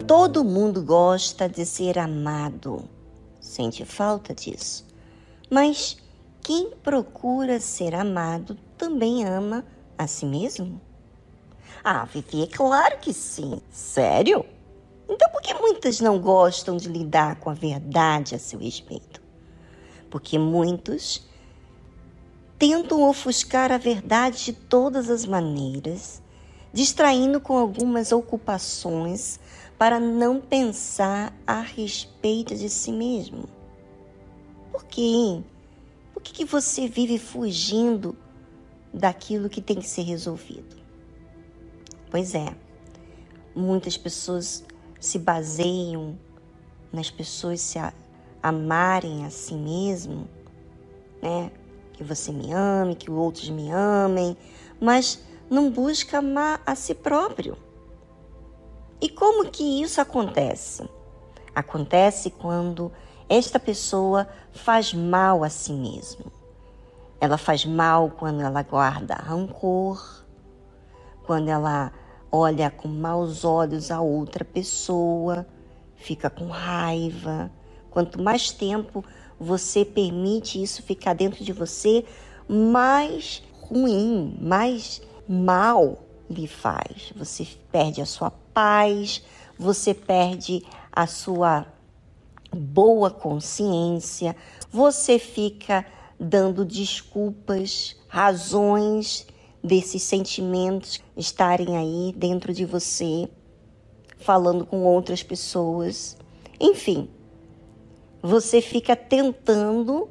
Todo mundo gosta de ser amado, sente falta disso. Mas quem procura ser amado também ama a si mesmo? Ah, Vivi, é claro que sim. Sério? Então por que muitas não gostam de lidar com a verdade a seu respeito? Porque muitos tentam ofuscar a verdade de todas as maneiras, distraindo com algumas ocupações para não pensar a respeito de si mesmo. Por quê? Por que você vive fugindo daquilo que tem que ser resolvido? Pois é, muitas pessoas se baseiam nas pessoas se amarem a si mesmo, né? Que você me ame, que outros me amem, mas não busca amar a si próprio. E como que isso acontece? Acontece quando esta pessoa faz mal a si mesma. Ela faz mal quando ela guarda rancor, quando ela olha com maus olhos a outra pessoa, fica com raiva. Quanto mais tempo você permite isso ficar dentro de você, mais ruim, mais mal lhe faz. Você perde a sua paz, você perde a sua boa consciência, você fica dando desculpas, razões desses sentimentos estarem aí dentro de você, falando com outras pessoas. Enfim, você fica tentando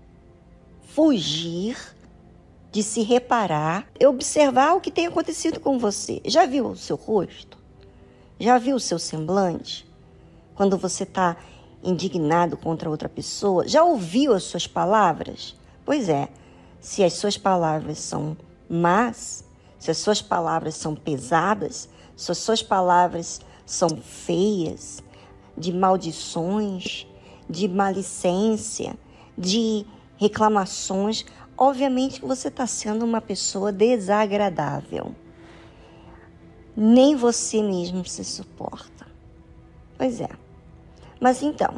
fugir de se reparar e observar o que tem acontecido com você. Já viu o seu rosto? Já viu o seu semblante? Quando você está indignado contra outra pessoa? Já ouviu as suas palavras? Pois é, se as suas palavras são más, se as suas palavras são pesadas, se as suas palavras são feias, de maldições, de malicência, de reclamações, obviamente que você está sendo uma pessoa desagradável. Nem você mesmo se suporta. Pois é. Mas então,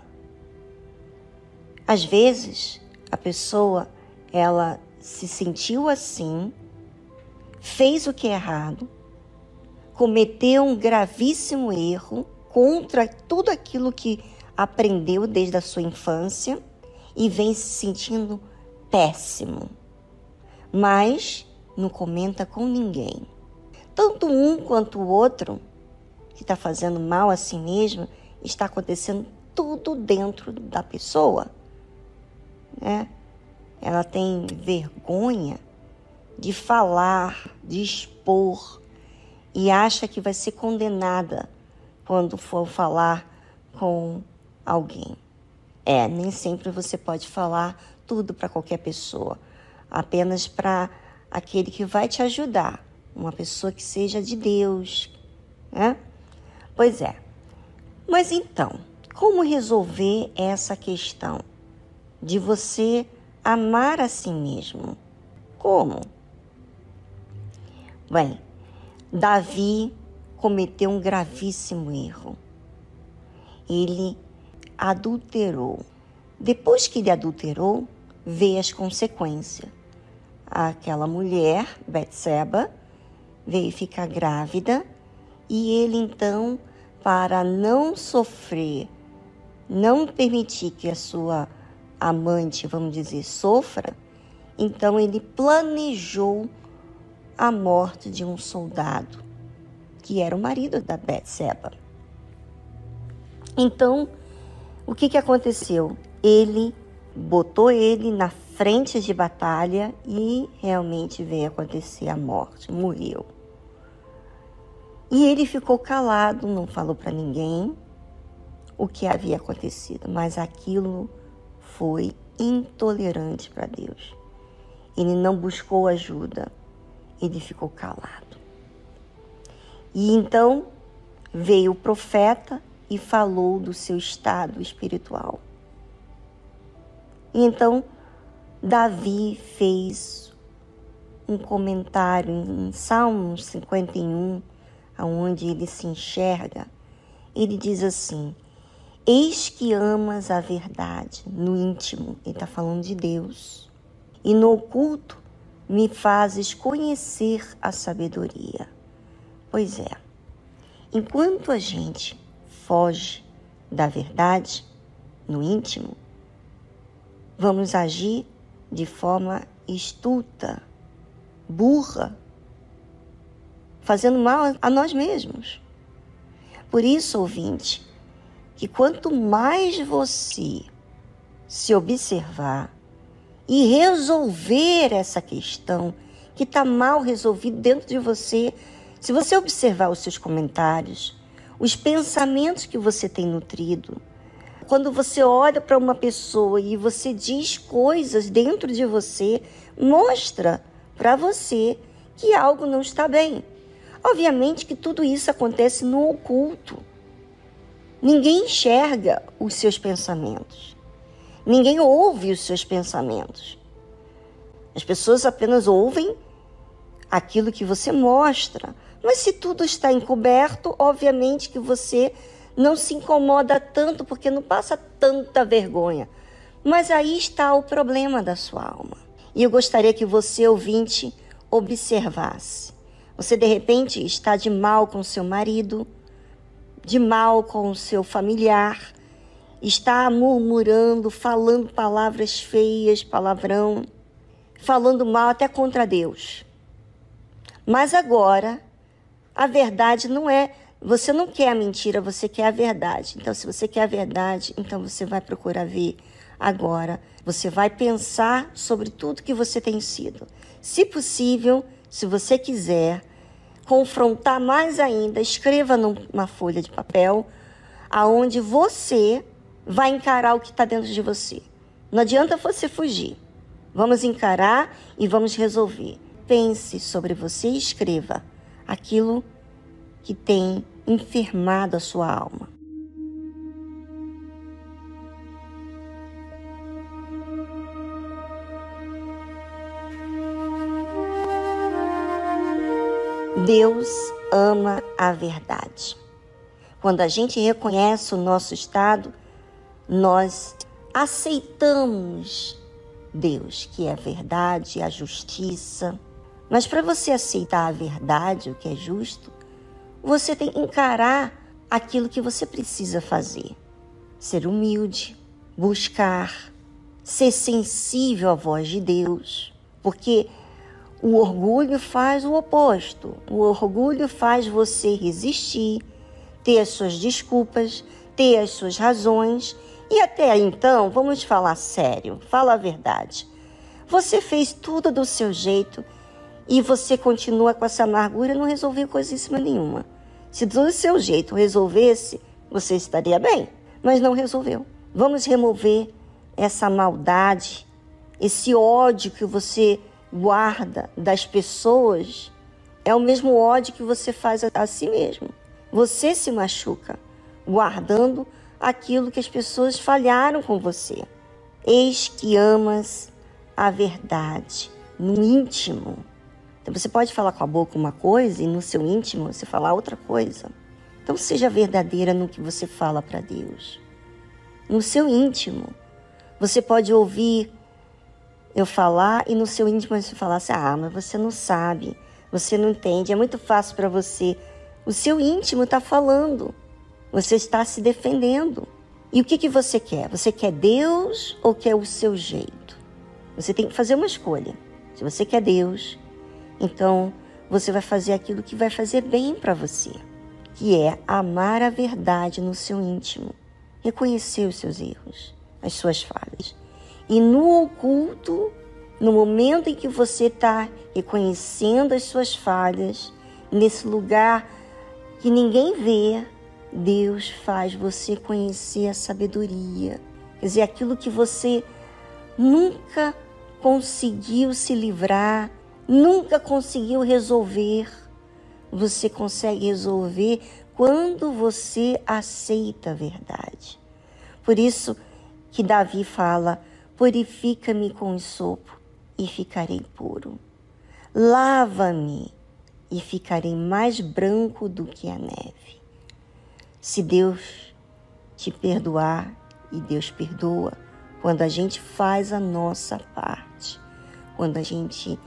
às vezes a pessoa, ela se sentiu assim, fez o que é errado, cometeu um gravíssimo erro contra tudo aquilo que aprendeu desde a sua infância e vem se sentindo péssimo, mas não comenta com ninguém. Tanto um quanto o outro, que está fazendo mal a si mesmo, está acontecendo tudo dentro da pessoa, né? Ela tem vergonha de falar, de expor, e acha que vai ser condenada quando for falar com alguém. Nem sempre você pode falar tudo para qualquer pessoa, apenas para aquele que vai te ajudar, uma pessoa que seja de Deus, né? Pois é. Mas então, como resolver essa questão de você amar a si mesmo? Como? Bem, Davi cometeu um gravíssimo erro. Ele adulterou. Depois que ele adulterou, veio as consequências. Aquela mulher, Betseba, veio ficar grávida e ele então, para não sofrer, não permitir que a sua amante, vamos dizer, sofra, então ele planejou a morte de um soldado, que era o marido da Betseba. Então, o que aconteceu? Ele botou ele na frente de batalha e realmente veio acontecer a morte, morreu. E ele ficou calado, não falou para ninguém o que havia acontecido, mas aquilo foi intolerante para Deus. Ele não buscou ajuda, ele ficou calado. E então veio o profeta e falou do seu estado espiritual. E então Davi fez um comentário em Salmos 51, onde ele se enxerga ele diz assim: eis que amas a verdade no íntimo, ele está falando de Deus, e no oculto me fazes conhecer a sabedoria. Pois é, enquanto a gente foge da verdade no íntimo, vamos agir de forma estulta, burra, fazendo mal a nós mesmos. Por isso, ouvinte, que quanto mais você se observar e resolver essa questão que está mal resolvida dentro de você, se você observar os seus comentários, os pensamentos que você tem nutrido, quando você olha para uma pessoa e você diz coisas dentro de você, mostra para você que algo não está bem. Obviamente que tudo isso acontece no oculto. Ninguém enxerga os seus pensamentos. Ninguém ouve os seus pensamentos. As pessoas apenas ouvem aquilo que você mostra. Mas se tudo está encoberto, obviamente que você não se incomoda tanto, porque não passa tanta vergonha. Mas aí está o problema da sua alma. E eu gostaria que você, ouvinte, observasse. Você, de repente, está de mal com seu marido, de mal com o seu familiar, está murmurando, falando palavras feias, palavrão, falando mal até contra Deus. Mas agora, a verdade não é... Você não quer a mentira, você quer a verdade. Então, se você quer a verdade, então você vai procurar ver agora. Você vai pensar sobre tudo que você tem sido. Se possível, se você quiser confrontar mais ainda, escreva numa folha de papel, aonde você vai encarar o que está dentro de você. Não adianta você fugir. Vamos encarar e vamos resolver. Pense sobre você e escreva aquilo que tem enfermado a sua alma. Deus ama a verdade. Quando a gente reconhece o nosso estado, nós aceitamos Deus, que é a verdade, a justiça. Mas para você aceitar a verdade, o que é justo, você tem que encarar aquilo que você precisa fazer. Ser humilde, buscar, ser sensível à voz de Deus. Porque o orgulho faz o oposto. O orgulho faz você resistir, ter as suas desculpas, ter as suas razões. E até então, vamos falar sério, fala a verdade. Você fez tudo do seu jeito e você continua com essa amargura e não resolveu coisíssima nenhuma. Se do seu jeito resolvesse, você estaria bem, mas não resolveu. Vamos remover essa maldade, esse ódio que você guarda das pessoas. É o mesmo ódio que você faz a si mesmo. Você se machuca guardando aquilo que as pessoas falharam com você. Eis que amas a verdade no íntimo. Então você pode falar com a boca uma coisa e no seu íntimo você falar outra coisa. Então seja verdadeira no que você fala para Deus. No seu íntimo. Você pode ouvir eu falar e no seu íntimo você falar assim, mas você não sabe, você não entende, é muito fácil para você. O seu íntimo está falando, você está se defendendo. E o que você quer? Você quer Deus ou quer o seu jeito? Você tem que fazer uma escolha. Se você quer Deus, então você vai fazer aquilo que vai fazer bem para você, que é amar a verdade no seu íntimo, reconhecer os seus erros, as suas falhas. E no oculto, no momento em que você está reconhecendo as suas falhas, nesse lugar que ninguém vê, Deus faz você conhecer a sabedoria. Quer dizer, aquilo que você nunca conseguiu se livrar, nunca conseguiu resolver, você consegue resolver quando você aceita a verdade. Por isso que Davi fala, purifica-me com sopo e ficarei puro. Lava-me e ficarei mais branco do que a neve. Se Deus te perdoar, e Deus perdoa, quando a gente faz a nossa parte, quando a gente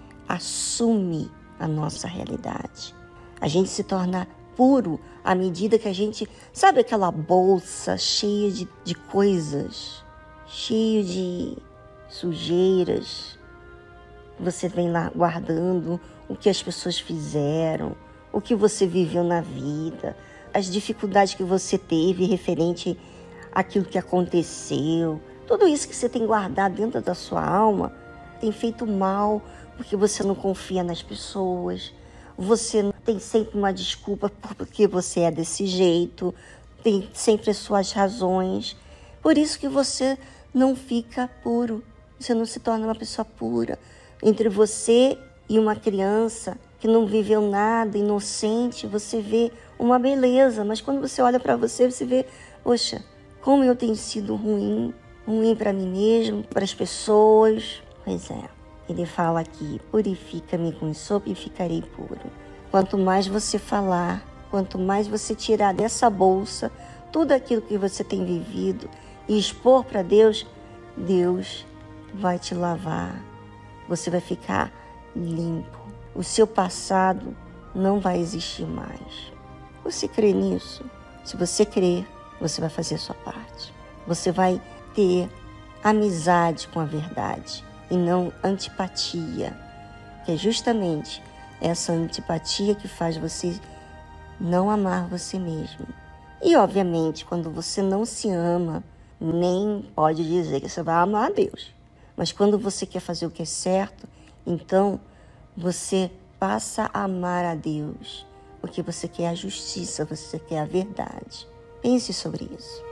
assume a nossa realidade, a gente se torna puro à medida que a gente, sabe aquela bolsa cheia de coisas, cheia de sujeiras, você vem lá guardando o que as pessoas fizeram, o que você viveu na vida, as dificuldades que você teve referente àquilo que aconteceu, tudo isso que você tem guardado dentro da sua alma tem feito mal, porque você não confia nas pessoas, você tem sempre uma desculpa porque você é desse jeito, tem sempre as suas razões. Por isso que você não fica puro, você não se torna uma pessoa pura. Entre você e uma criança que não viveu nada, inocente, você vê uma beleza, mas quando você olha para você, você vê, poxa, como eu tenho sido ruim para mim mesmo, para as pessoas. Pois é, ele fala aqui, purifica-me com sopo e ficarei puro. Quanto mais você falar, quanto mais você tirar dessa bolsa tudo aquilo que você tem vivido e expor para Deus, Deus vai te lavar. Você vai ficar limpo. O seu passado não vai existir mais. Você crê nisso? Se você crer, você vai fazer a sua parte. Você vai ter amizade com a verdade e não antipatia, que é justamente essa antipatia que faz você não amar você mesmo. E, obviamente, quando você não se ama, nem pode dizer que você vai amar a Deus. Mas quando você quer fazer o que é certo, então você passa a amar a Deus, porque você quer a justiça, você quer a verdade. Pense sobre isso.